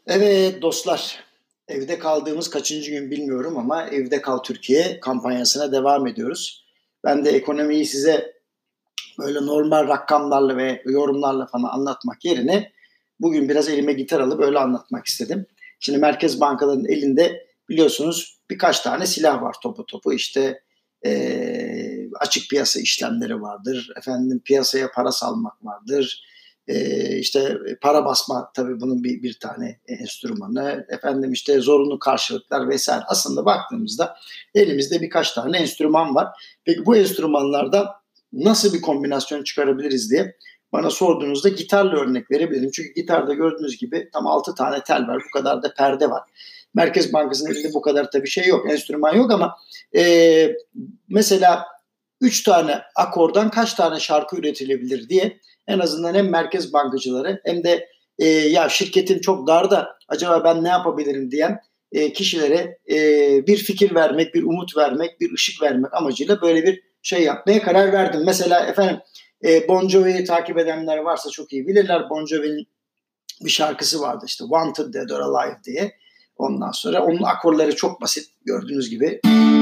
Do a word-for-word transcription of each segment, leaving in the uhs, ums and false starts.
Evet dostlar, evde kaldığımız kaçıncı gün bilmiyorum ama Evde Kal Türkiye kampanyasına devam ediyoruz. Ben de ekonomiyi size böyle normal rakamlarla ve yorumlarla falan anlatmak yerine bugün biraz elime gitar alıp öyle anlatmak istedim. Şimdi merkez bankalarının elinde biliyorsunuz birkaç tane silah var topu topu. İşte eee, açık piyasa işlemleri vardır. Efendim piyasaya para salmak vardır. Eee, işte para basma tabii bunun bir, bir tane enstrümanı. Efendim işte zorunlu karşılıklar vesaire. Aslında baktığımızda elimizde birkaç tane enstrüman var. Peki bu enstrümanlardan nasıl bir kombinasyon çıkarabiliriz diye bana sorduğunuzda gitarla örnek verebilirim. Çünkü gitarda gördüğünüz gibi tam altı tane tel var. Bu kadar da perde var. Merkez Bankası'nın elinde bu kadar tabii şey yok, enstrüman yok ama e, mesela üç tane akordan kaç tane şarkı üretilebilir diye en azından hem merkez bankacıları hem de e, ya şirketin çok darda acaba ben ne yapabilirim diyen e, kişilere e, bir fikir vermek, bir umut vermek, bir ışık vermek amacıyla böyle bir şey yapmaya karar verdim. Mesela efendim e, Bon Jovi'yi takip edenler varsa çok iyi bilirler. Bon Jovi'nin bir şarkısı vardı işte Wanted Dead or Alive diye. Ondan sonra onun akorları çok basit gördüğünüz gibi.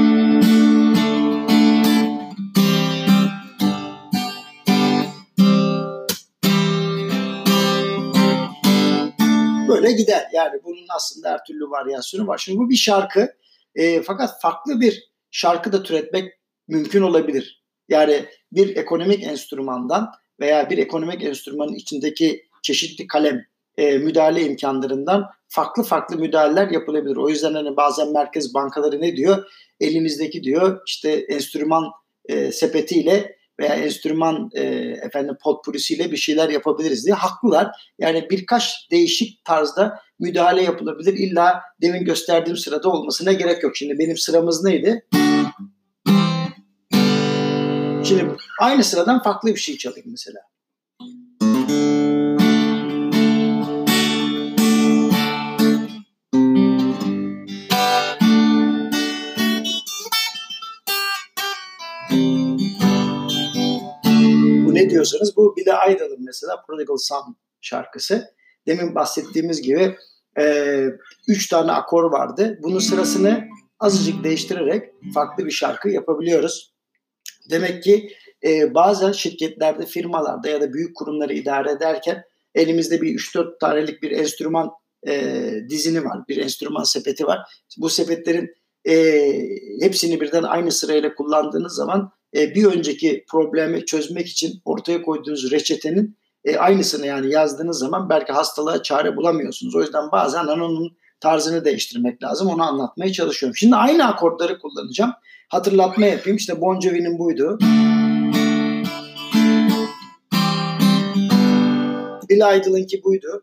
Böyle gider. Yani bunun aslında her türlü varyasyonu var. Şimdi bu bir şarkı. E, fakat farklı bir şarkı da türetmek mümkün olabilir. Yani bir ekonomik enstrümandan veya bir ekonomik enstrümanın içindeki çeşitli kalem e, müdahale imkanlarından farklı farklı müdahaleler yapılabilir. O yüzden hani bazen merkez bankaları ne diyor? Elimizdeki diyor işte enstrüman e, sepetiyle veya enstrüman e, efendim potpurisiyle bir şeyler yapabiliriz diye haklılar. Yani birkaç değişik tarzda müdahale yapılabilir. İlla demin gösterdiğim sırada olmasına gerek yok. Şimdi benim sıramız neydi? Şimdi aynı sıradan farklı bir şey çalayım mesela. Bu ne diyorsanız bu Billy Idol'ın mesela Prodigal Son şarkısı. Demin bahsettiğimiz gibi e, üç tane akor vardı. Bunun sırasını azıcık değiştirerek farklı bir şarkı yapabiliyoruz. Demek ki e, bazen şirketlerde, firmalarda ya da büyük kurumları idare ederken elimizde bir üç dört tanelik bir enstrüman e, dizini var, bir enstrüman sepeti var. Bu sepetlerin e, hepsini birden aynı sırayla kullandığınız zaman e, bir önceki problemi çözmek için ortaya koyduğunuz reçetenin e, aynısını yani yazdığınız zaman belki hastalığa çare bulamıyorsunuz. O yüzden bazen onun tarzını değiştirmek lazım. Onu anlatmaya çalışıyorum. Şimdi aynı akortları kullanacağım. Hatırlatma yapayım. İşte Bon Jovi'nin buydu. Billy Idol'ınki buydu.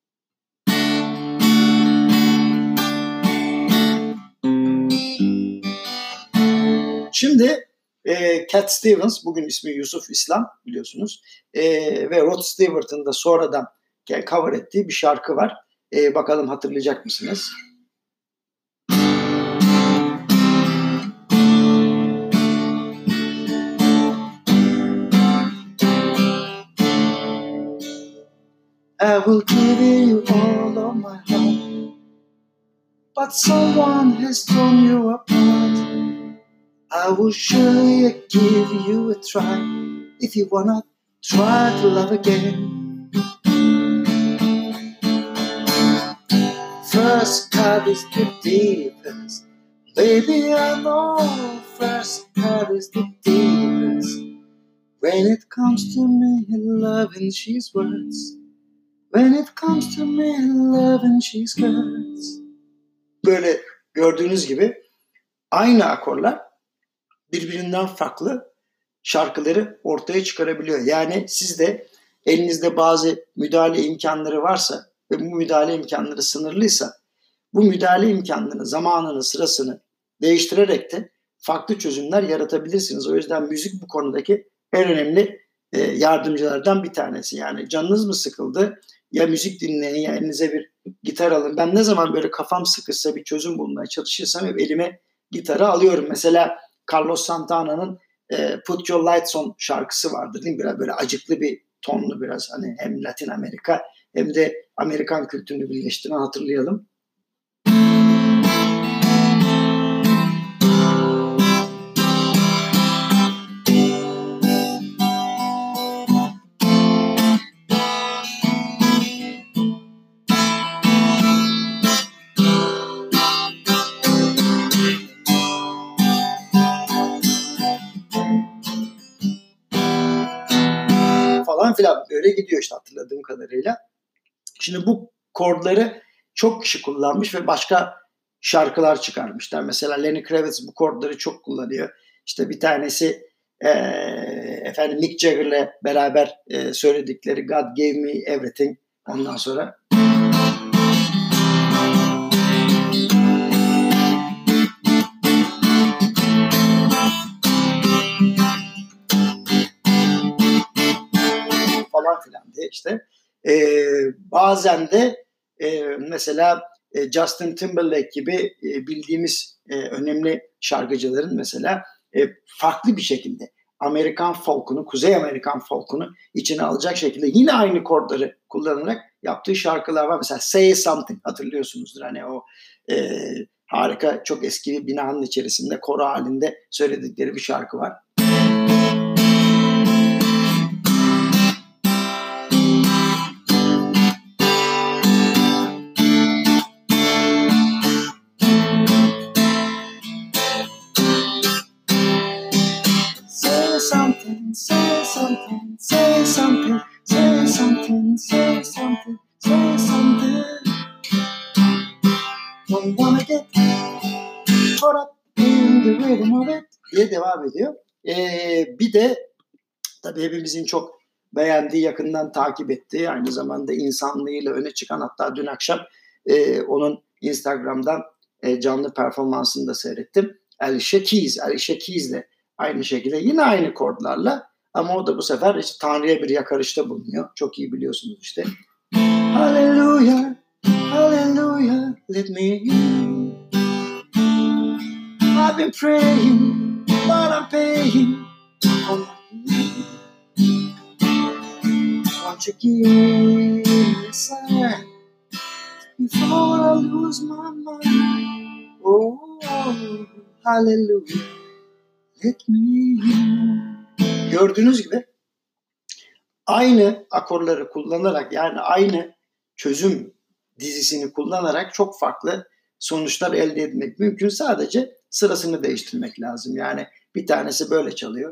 Şimdi e, Cat Stevens, bugün ismi Yusuf İslam biliyorsunuz. E, ve Rod Stewart'ın da sonradan cover ettiği bir şarkı var. E, bakalım hatırlayacak mısınız? I will give you all of my heart, but someone has torn you apart. I will surely give you a try if you wanna try to love again. First cut is the deepest, baby I know. First cut is the deepest. When it comes to me, loving she's words. When it comes to me, loving she's words. Böyle gördüğünüz gibi aynı akorlar birbirinden farklı şarkıları ortaya çıkarabiliyor. Yani siz de elinizde bazı müdahale imkanları varsa ve bu müdahale imkanları sınırlıysa bu müdahale imkanlarını, zamanını, sırasını değiştirerek de farklı çözümler yaratabilirsiniz. O yüzden müzik bu konudaki en önemli e, yardımcılardan bir tanesi. Yani canınız mı sıkıldı? Ya müzik dinleyin ya elinize bir gitar alın. Ben ne zaman böyle kafam sıkışsa bir çözüm bulmaya çalışırsam hep elime gitarı alıyorum. Mesela Carlos Santana'nın e, Put Your Lights On şarkısı vardır değil mi? Biraz böyle acıklı bir tonlu biraz hani hem Latin Amerika hem de Amerikan kültürünü birleştiren hatırlayalım. Falan filan böyle gidiyor işte hatırladığım kadarıyla. Şimdi bu kordları çok kişi kullanmış ve başka şarkılar çıkarmışlar. Mesela Lenny Kravitz bu kordları çok kullanıyor. İşte bir tanesi e, efendim Mick Jagger'le beraber e, söyledikleri God Gave Me Everything. Ondan sonra falan filan diye işte. Ee, bazen de e, mesela e, Justin Timberlake gibi e, bildiğimiz e, önemli şarkıcıların mesela e, farklı bir şekilde Amerikan folk'unu, Kuzey Amerikan folk'unu içine alacak şekilde yine aynı kordları kullanarak yaptığı şarkılar var. Mesela Say Something hatırlıyorsunuzdur. Hani o e, harika çok eski bir binanın içerisinde koro halinde söyledikleri bir şarkı var. Something, say something, say something, say something, say something, say something. Don't wanna get caught up in the rhythm of it diye devam ediyor. Ee, bir de tabii hepimizin çok beğendiği, yakından takip ettiği, aynı zamanda insanlığıyla öne çıkan, hatta dün akşam e, onun Instagram'dan e, canlı performansını da seyrettim. Alicia Keys, Alicia Keys'le aynı şekilde yine aynı kordlarla ama o da bu sefer işte Tanrı'ya bir yakarışta bulunuyor. Çok iyi biliyorsunuz işte. Hallelujah, hallelujah, let me in. I've been praying, but I'm paying. Won't you give me a sign before I lose my mind? Oh, hallelujah, let me in. Gördüğünüz gibi aynı akorları kullanarak, yani aynı çözüm dizisini kullanarak çok farklı sonuçlar elde etmek mümkün. Sadece sırasını değiştirmek lazım. Yani bir tanesi böyle çalıyor.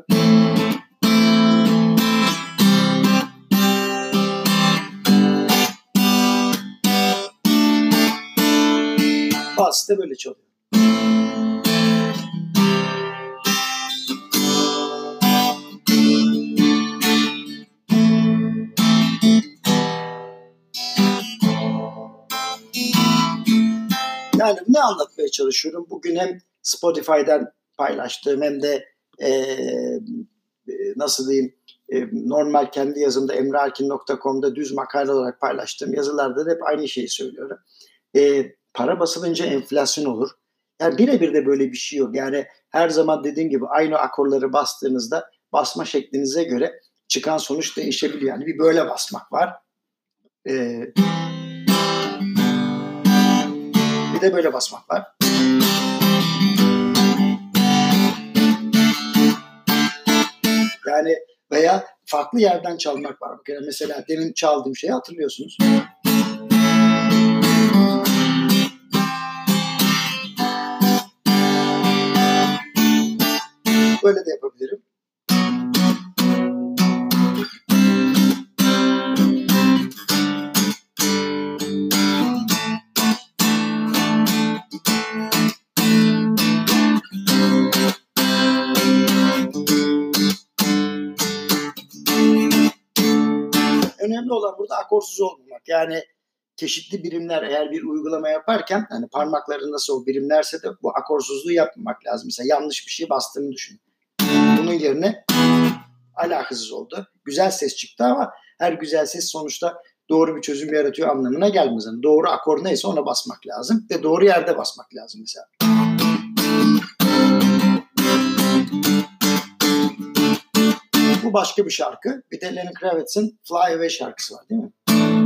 Bazısı da böyle çalıyor. Yani ne anlatmaya çalışıyorum? Bugün hem Spotify'dan paylaştığım hem de e, nasıl diyeyim e, normal kendi yazımda emre alkin nokta com'da düz makale olarak paylaştığım yazılarda da hep aynı şeyi söylüyorum. E, para basılınca enflasyon olur. Yani birebir de böyle bir şey yok. Yani her zaman dediğim gibi aynı akorları bastığınızda basma şeklinize göre çıkan sonuç değişebiliyor. Yani bir böyle basmak var. E, bir de böyle basmak var. Yani veya farklı yerden çalmak var. Yani mesela demin çaldığım şeyi hatırlıyorsunuz. Böyle de yapabilirim. Önemli olan burada akorsuz olmamak. Yani çeşitli birimler eğer bir uygulama yaparken hani parmakları nasıl o birimlerse de bu akorsuzluğu yapmamak lazım. Mesela yanlış bir şey bastığını düşün. Bunun yerine alakasız oldu. Güzel ses çıktı ama her güzel ses sonuçta doğru bir çözüm yaratıyor anlamına gelmez. Yani doğru akor neyse ona basmak lazım ve doğru yerde basmak lazım mesela. Bu başka bir şarkı. Bir de Lenny Kravitz'in Fly Away şarkısı var değil mi?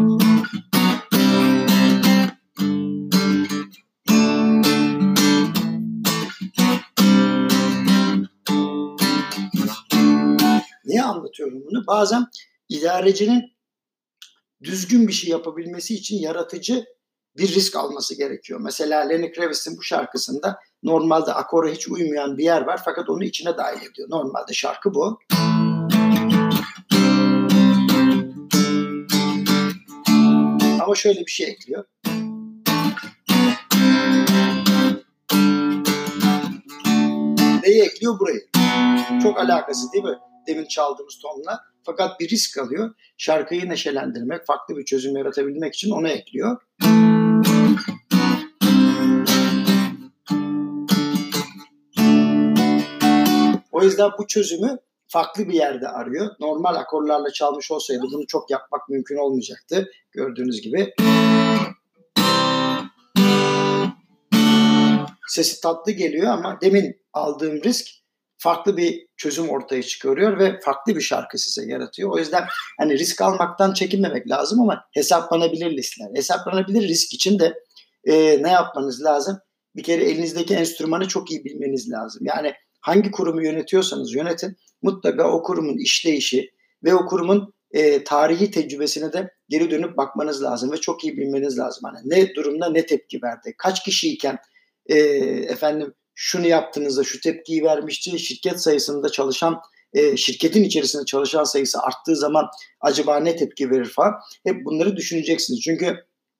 Niye anlatıyorum bunu? Bazen idarecinin düzgün bir şey yapabilmesi için yaratıcı bir risk alması gerekiyor. Mesela Lenny Kravitz'in bu şarkısında normalde akora hiç uymayan bir yer var fakat onu içine dahil ediyor. Normalde şarkı bu. Ama şöyle bir şey ekliyor. Neyi ekliyor? Burayı. Çok alakası değil mi? Demin çaldığımız tonla. Fakat bir risk alıyor. Şarkıyı neşelendirmek, farklı bir çözüm yaratabilmek için onu ekliyor. O yüzden bu çözümü farklı bir yerde arıyor. Normal akorlarla çalmış olsaydı bunu çok yapmak mümkün olmayacaktı. Gördüğünüz gibi. Sesi tatlı geliyor ama demin aldığım risk farklı bir çözüm ortaya çıkarıyor ve farklı bir şarkı size yaratıyor. O yüzden hani risk almaktan çekinmemek lazım ama hesaplanabilir riskler. Hesaplanabilir risk için de e, ne yapmanız lazım? Bir kere elinizdeki enstrümanı çok iyi bilmeniz lazım. Yani hangi kurumu yönetiyorsanız yönetin, mutlaka o kurumun işleyişi ve o kurumun e, tarihi tecrübesine de geri dönüp bakmanız lazım ve çok iyi bilmeniz lazım. Hani ne durumda ne tepki verdi, kaç kişiyken e, efendim şunu yaptığınızda şu tepkiyi vermişti, şirket sayısında çalışan, e, şirketin içerisinde çalışan sayısı arttığı zaman acaba ne tepki verir falan. Hep bunları düşüneceksiniz. Çünkü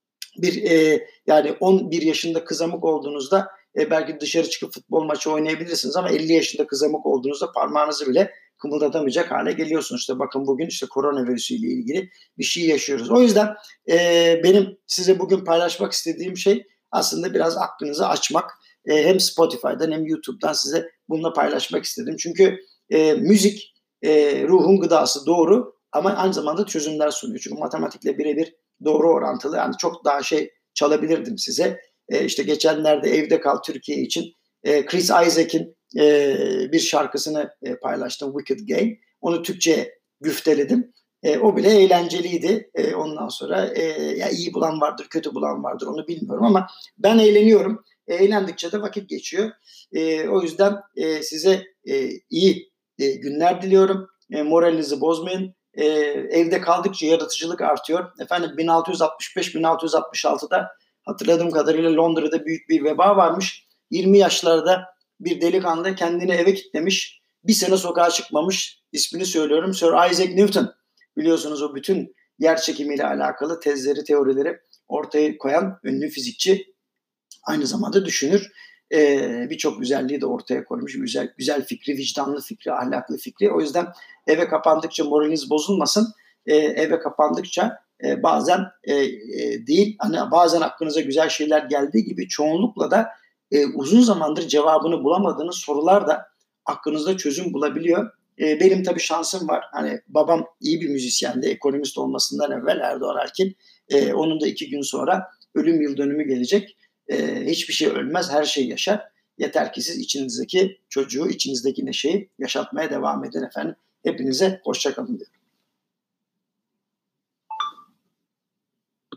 bir e, yani on bir yaşında kızamık olduğunuzda e, belki dışarı çıkıp futbol maçı oynayabilirsiniz ama elli yaşında kızamık olduğunuzda parmağınızı bile kımıldatamayacak hale geliyorsunuz. İşte bakın bugün işte koronavirüsü ile ilgili bir şey yaşıyoruz. O yüzden e, benim size bugün paylaşmak istediğim şey aslında biraz aklınızı açmak. E, hem Spotify'dan hem YouTube'dan size bununla paylaşmak istedim. Çünkü e, müzik e, ruhun gıdası, doğru, ama aynı zamanda çözümler sunuyor. Çünkü matematikle birebir doğru orantılı. Yani çok daha şey çalabilirdim size. E, işte geçenlerde Evde Kal Türkiye için e, Chris Isaac'in e, bir şarkısını e, paylaştım, Wicked Game. Onu Türkçe güfteledim. E, o bile eğlenceliydi. E, ondan sonra e, ya iyi bulan vardır, kötü bulan vardır, onu bilmiyorum ama ben eğleniyorum. E, eğlendikçe de vakit geçiyor. E, o yüzden e, size e, iyi e, günler diliyorum. E, moralinizi bozmayın. E, evde kaldıkça yaratıcılık artıyor. Efendim bin altı yüz altmış beş bin altı yüz altmış altıda hatırladığım kadarıyla Londra'da büyük bir veba varmış. yirmi yaşlarda bir delikanlı kendini eve kilitlemiş. Bir sene sokağa çıkmamış. İsmini söylüyorum, Sir Isaac Newton. Biliyorsunuz o bütün yer çekimiyle alakalı tezleri, teorileri ortaya koyan ünlü fizikçi. Aynı zamanda düşünür. Ee, Birçok güzelliği de ortaya koymuş. Güzel, güzel fikri, vicdanlı fikri, ahlaklı fikri. O yüzden eve kapandıkça moraliniz bozulmasın. Ee, eve kapandıkça e, bazen e, e, değil, hani bazen aklınıza güzel şeyler geldiği gibi çoğunlukla da e, uzun zamandır cevabını bulamadığınız sorular da aklınızda çözüm bulabiliyor. E, benim tabii şansım var. Hani babam iyi bir müzisyendi. Ekonomist olmasından evvel Erdoğan Erkin. E, onun da iki gün sonra ölüm yıl dönümü gelecek. Ee, hiçbir şey ölmez, her şey yaşar. Yeter ki siz içinizdeki çocuğu, içinizdeki neşeyi yaşatmaya devam edin efendim. Hepinize hoşça kalın diyorum.